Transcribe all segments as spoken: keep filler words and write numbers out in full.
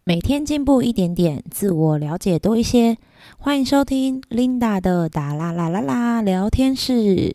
每天进步一点点，自我了解多一些。欢迎收听 Linda 的达啦啦啦啦聊天室。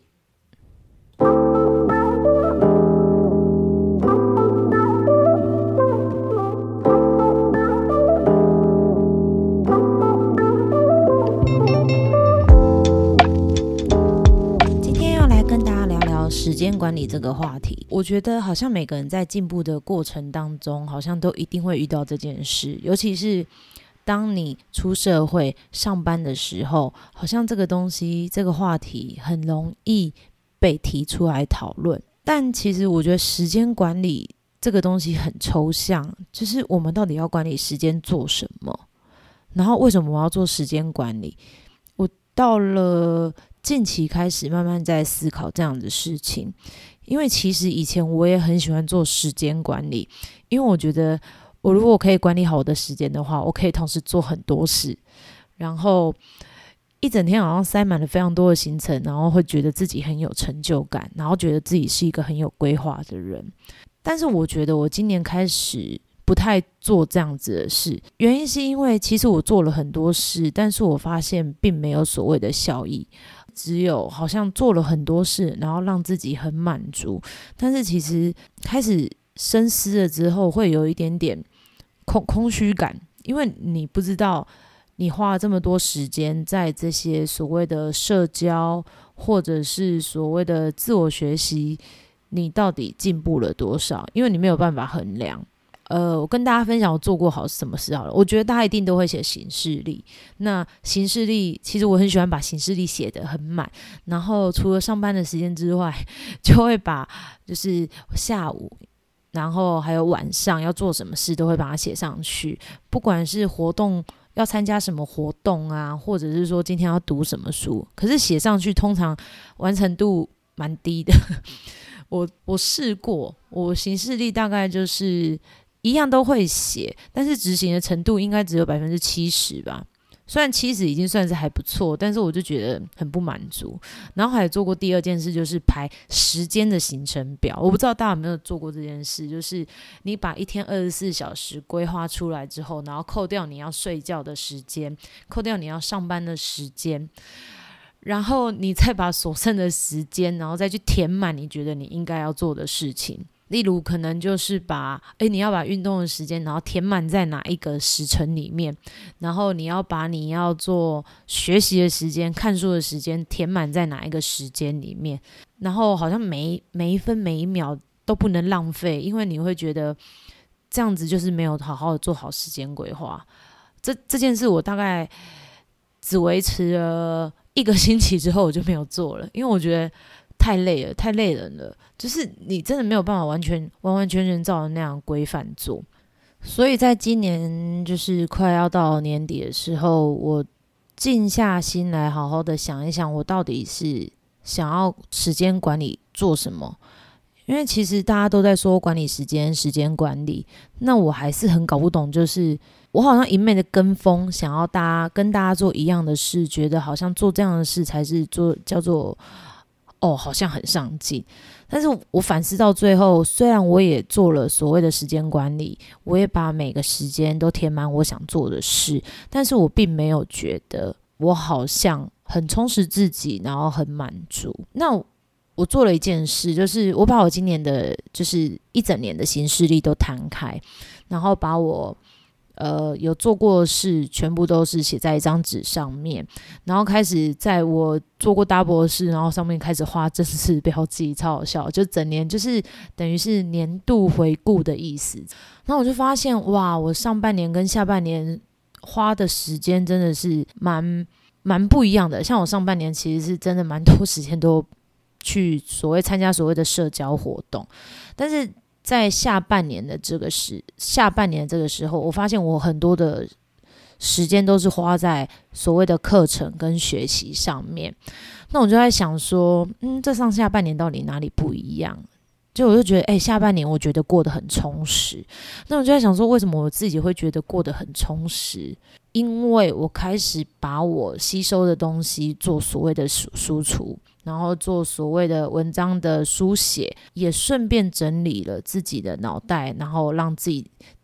今天要来跟大家聊聊时间管理这个话题。我觉得好像每个人在进步的过程当中，好像都一定会遇到这件事，尤其是当你出社会上班的时候，好像这个东西这个话题很容易被提出来讨论。但其实我觉得时间管理这个东西很抽象，就是我们到底要管理时间做什么，然后为什么我要做时间管理。我到了近期开始慢慢在思考这样的事情，因为其实以前我也很喜欢做时间管理，因为我觉得我如果可以管理好我的时间的话，我可以同时做很多事，然后一整天好像塞满了非常多的行程，然后会觉得自己很有成就感，然后觉得自己是一个很有规划的人。但是我觉得我今年开始不太做这样子的事，原因是因为其实我做了很多事，但是我发现并没有所谓的效益，只有好像做了很多事，然后让自己很满足，但是其实开始深思了之后，会有一点点空空虚感，因为你不知道你花了这么多时间在这些所谓的社交，或者是所谓的自我学习，你到底进步了多少？因为你没有办法衡量。呃，我跟大家分享我做过好什么事好了。我觉得大家一定都会写行事历，那行事历其实我很喜欢把行事历写得很满，然后除了上班的时间之外，就会把就是下午然后还有晚上要做什么事都会把它写上去，不管是活动要参加什么活动啊，或者是说今天要读什么书，可是写上去通常完成度蛮低的。我我试过，我行事历大概就是一样都会写，但是执行的程度应该只有百分之七十吧。虽然七十已经算是还不错，但是我就觉得很不满足。然后还做过第二件事，就是排时间的行程表。我不知道大家有没有做过这件事，就是你把一天二十四小时规划出来之后，然后扣掉你要睡觉的时间，扣掉你要上班的时间，然后你再把所剩的时间，然后再去填满你觉得你应该要做的事情。例如可能就是把诶你要把运动的时间然后填满在哪一个时辰里面，然后你要把你要做学习的时间看书的时间填满在哪一个时间里面，然后好像每每一分每一秒都不能浪费，因为你会觉得这样子就是没有好好的做好时间规划。这这件事我大概只维持了一个星期之后我就没有做了，因为我觉得太累了，太累人了，就是你真的没有办法完全完完全全照着那样规范做。所以在今年就是快要到年底的时候，我静下心来好好的想一想，我到底是想要时间管理做什么。因为其实大家都在说管理时间时间管理，那我还是很搞不懂，就是我好像一昧的跟风，想要大家跟大家做一样的事，觉得好像做这样的事才是做叫做哦，好像很上进。但是我反思到最后，虽然我也做了所谓的时间管理，我也把每个时间都填满我想做的事，但是我并没有觉得我好像很充实自己，然后很满足。那我做了一件事，就是我把我今年的就是一整年的行事历都摊开，然后把我呃，有做过的事全部都是写在一张纸上面，然后开始在我做过 double 的事，然后上面开始画正式标记，超好笑，就整年就是等于是年度回顾的意思。然后我就发现哇，我上半年跟下半年花的时间真的是蛮蛮不一样的。像我上半年其实是真的蛮多时间都去所谓参加所谓的社交活动，但是在下半年的这个时下半年这个时候，我发现我很多的时间都是花在所谓的课程跟学习上面。那我就在想说，嗯，这上下半年到底哪里不一样？就我就觉得，哎、欸，下半年我觉得过得很充实。那我就在想说，为什么我自己会觉得过得很充实？因为我开始把我吸收的东西做所谓的输出，然后做所谓的文章的书写，也顺便整理了自己的脑袋，然后让自己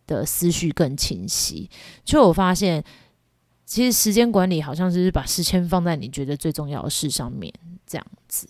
的思绪更清晰。就我发现其实时间管理好像是把时间放在你觉得最重要的事上面这样子。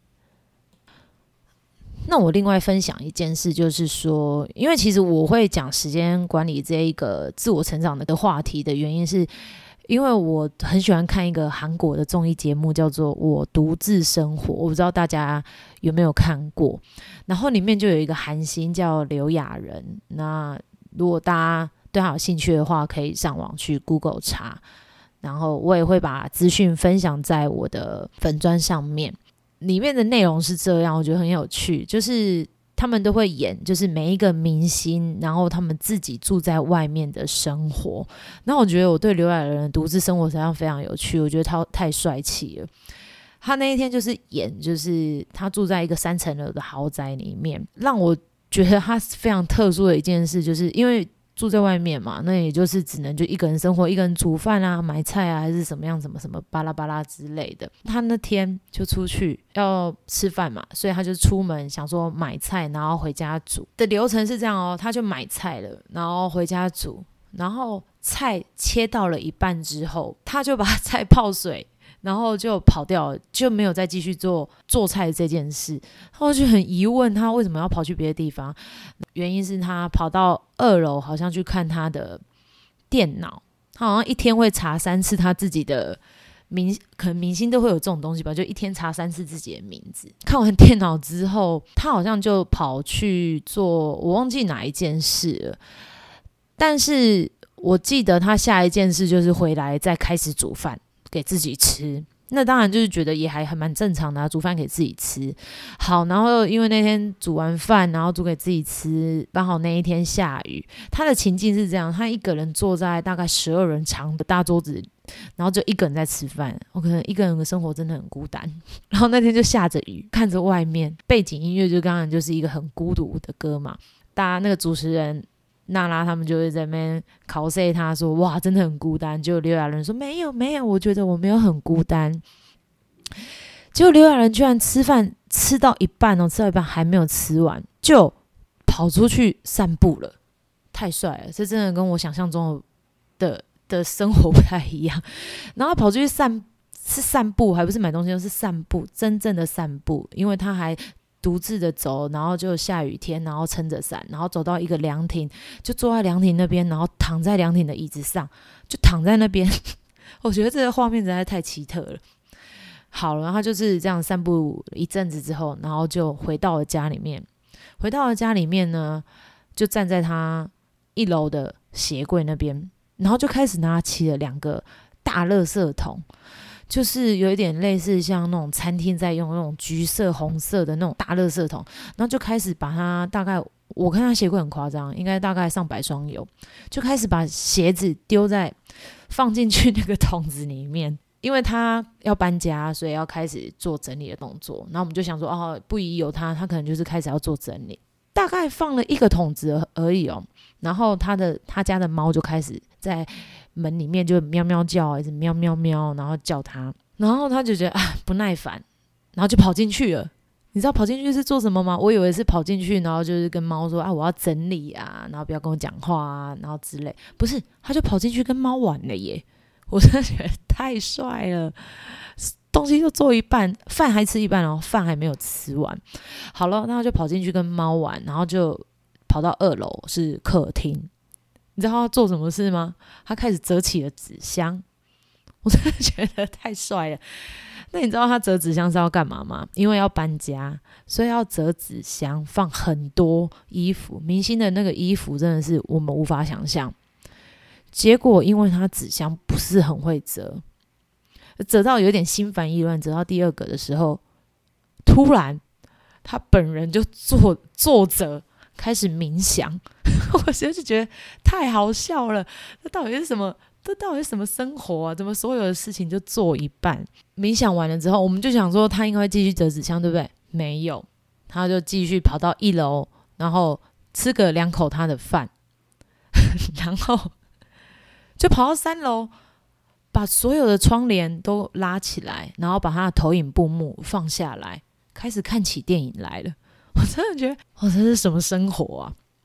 那我另外分享一件事，就是说因为其实我会讲时间管理这一个自我成长的话题的原因是因为我很喜欢看一个韩国的综艺节目叫做我独自生活，我不知道大家有没有看过，然后里面就有一个韩星叫刘亚仁，那如果大家对他有兴趣的话可以上网去 Google 查，然后我也会把资讯分享在我的粉专上面。里面的内容是这样，我觉得很有趣，就是他们都会演就是每一个明星然后他们自己住在外面的生活，那我觉得我对刘亚仁的独自生活实际上非常有趣，我觉得他太帅气了。他那一天就是演就是他住在一个三层楼的豪宅里面，让我觉得他非常特殊的一件事，就是因为住在外面嘛，那也就是只能就一个人生活，一个人煮饭啊买菜啊还是什么样什么什么巴拉巴拉之类的。他那天就出去要吃饭嘛，所以他就出门想说买菜然后回家煮的流程是这样哦，他就买菜了然后回家煮，然后菜切到了一半之后他就把菜泡水然后就跑掉了，就没有再继续做做菜这件事。然后就很疑问他为什么要跑去别的地方，原因是他跑到二楼好像去看他的电脑，他好像一天会查三次他自己的明可能明星都会有这种东西吧，就一天查三次自己的名字。看完电脑之后他好像就跑去做我忘记哪一件事了，但是我记得他下一件事就是回来再开始煮饭给自己吃，那当然就是觉得也还还蛮正常的啊，煮饭给自己吃。好，然后因为那天煮完饭然后煮给自己吃，刚好那一天下雨，他的情境是这样，他一个人坐在大概十二人长的大桌子，然后就一个人在吃饭，我可能一个人的生活真的很孤单。然后那天就下着雨，看着外面背景音乐就刚刚就是一个很孤独的歌嘛，大家那个主持人娜拉他们就会在那边考 say 他说哇真的很孤单，结果刘亚仁说没有没有，我觉得我没有很孤单。结果刘亚仁居然吃饭吃到一半哦，吃到一半还没有吃完就跑出去散步了，太帅了，这真的跟我想象中的的生活不太一样。然后跑出去散是散步，还不是买东西，是散步，真正的散步，因为他还独自的走，然后就下雨天，然后撑着伞，然后走到一个凉亭，就坐在凉亭那边，然后躺在凉亭的椅子上，就躺在那边。我觉得这个画面实在太奇特了。好了，然后他就是这样散步一阵子之后，然后就回到了家里面。回到了家里面呢，就站在他一楼的鞋柜那边，然后就开始拿起了两个大垃圾桶。就是有一点类似像那种餐厅在用那种橘色红色的那种大垃圾桶，然后就开始把它大概我看他鞋柜很夸张，应该大概上百双有，就开始把鞋子丢在放进去那个桶子里面。因为他要搬家，所以要开始做整理的动作，然后我们就想说哦，不疑有他，他可能就是开始要做整理。大概放了一个桶子而已哦，然后他的他家的猫就开始在门里面就喵喵叫，一直喵喵喵，然后叫他，然后他就觉得啊不耐烦，然后就跑进去了。你知道跑进去是做什么吗？我以为是跑进去然后就是跟猫说啊我要整理啊，然后不要跟我讲话啊，然后之类，不是，他就跑进去跟猫玩了耶。我真的觉得太帅了，东西就做一半，饭还吃一半，然后饭还没有吃完。好了，那他就跑进去跟猫玩，然后就跑到二楼是客厅。你知道他做什么事吗？他开始折起了纸箱。我真的觉得太帅了。那你知道他折纸箱是要干嘛吗？因为要搬家，所以要折纸箱放很多衣服，明星的那个衣服真的是我们无法想象。结果因为他纸箱不是很会折，折到有点心烦意乱，折到第二个的时候，突然他本人就坐坐着开始冥想。我就觉得太好笑了，这到底是什么？这到底是什么生活啊？怎么所有的事情就做一半？冥想完了之后，我们就想说他应该会继续折纸箱，对不对？没有，他就继续跑到一楼，然后吃个两口他的饭，然后就跑到三楼，把所有的窗帘都拉起来，然后把他的投影布幕放下来，开始看起电影来了。我真的觉得，哦，这是什么生活啊？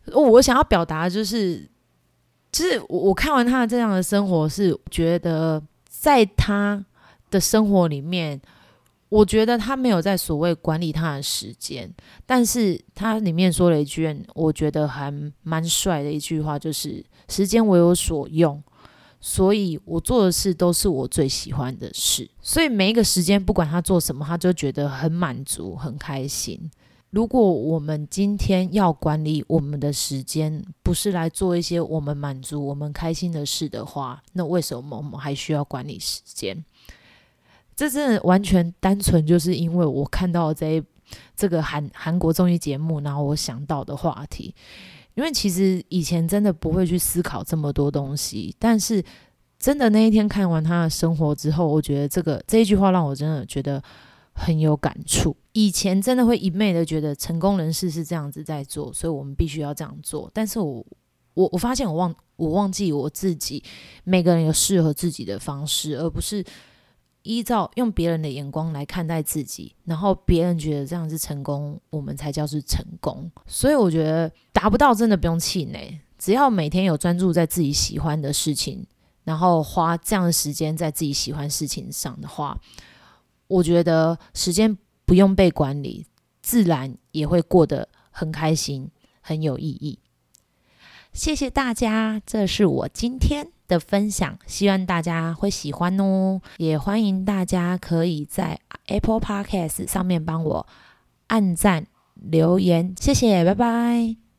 我想要表达的就是就是我我看完他这样的生活，是觉得在他的生活里面，我觉得他没有在所谓管理他的时间，但是他里面说了一句我觉得还蛮帅的一句话，就是时间为我所用，所以我做的事都是我最喜欢的事，所以每一个时间不管他做什么，他就觉得很满足很开心。如果我们今天要管理我们的时间，不是来做一些我们满足我们开心的事的话，那为什么我们还需要管理时间？这真的完全单纯就是因为我看到这一这个韩韩国综艺节目，然后我想到的话题。因为其实以前真的不会去思考这么多东西，但是真的那一天看完他的生活之后，我觉得这个这一句话让我真的觉得很有感触。以前真的会一昧的觉得成功人士是这样子在做，所以我们必须要这样做。但是我我我发现我忘我忘记我自己，每个人有适合自己的方式，而不是依照用别人的眼光来看待自己，然后别人觉得这样是成功，我们才叫是成功。所以我觉得达不到真的不用气馁，只要每天有专注在自己喜欢的事情，然后花这样的时间在自己喜欢事情上的话，我觉得时间不用被管理，自然也会过得很开心，很有意义。谢谢大家，这是我今天的分享，希望大家会喜欢哦。也欢迎大家可以在 Apple Podcast 上面帮我按赞留言，谢谢，拜拜。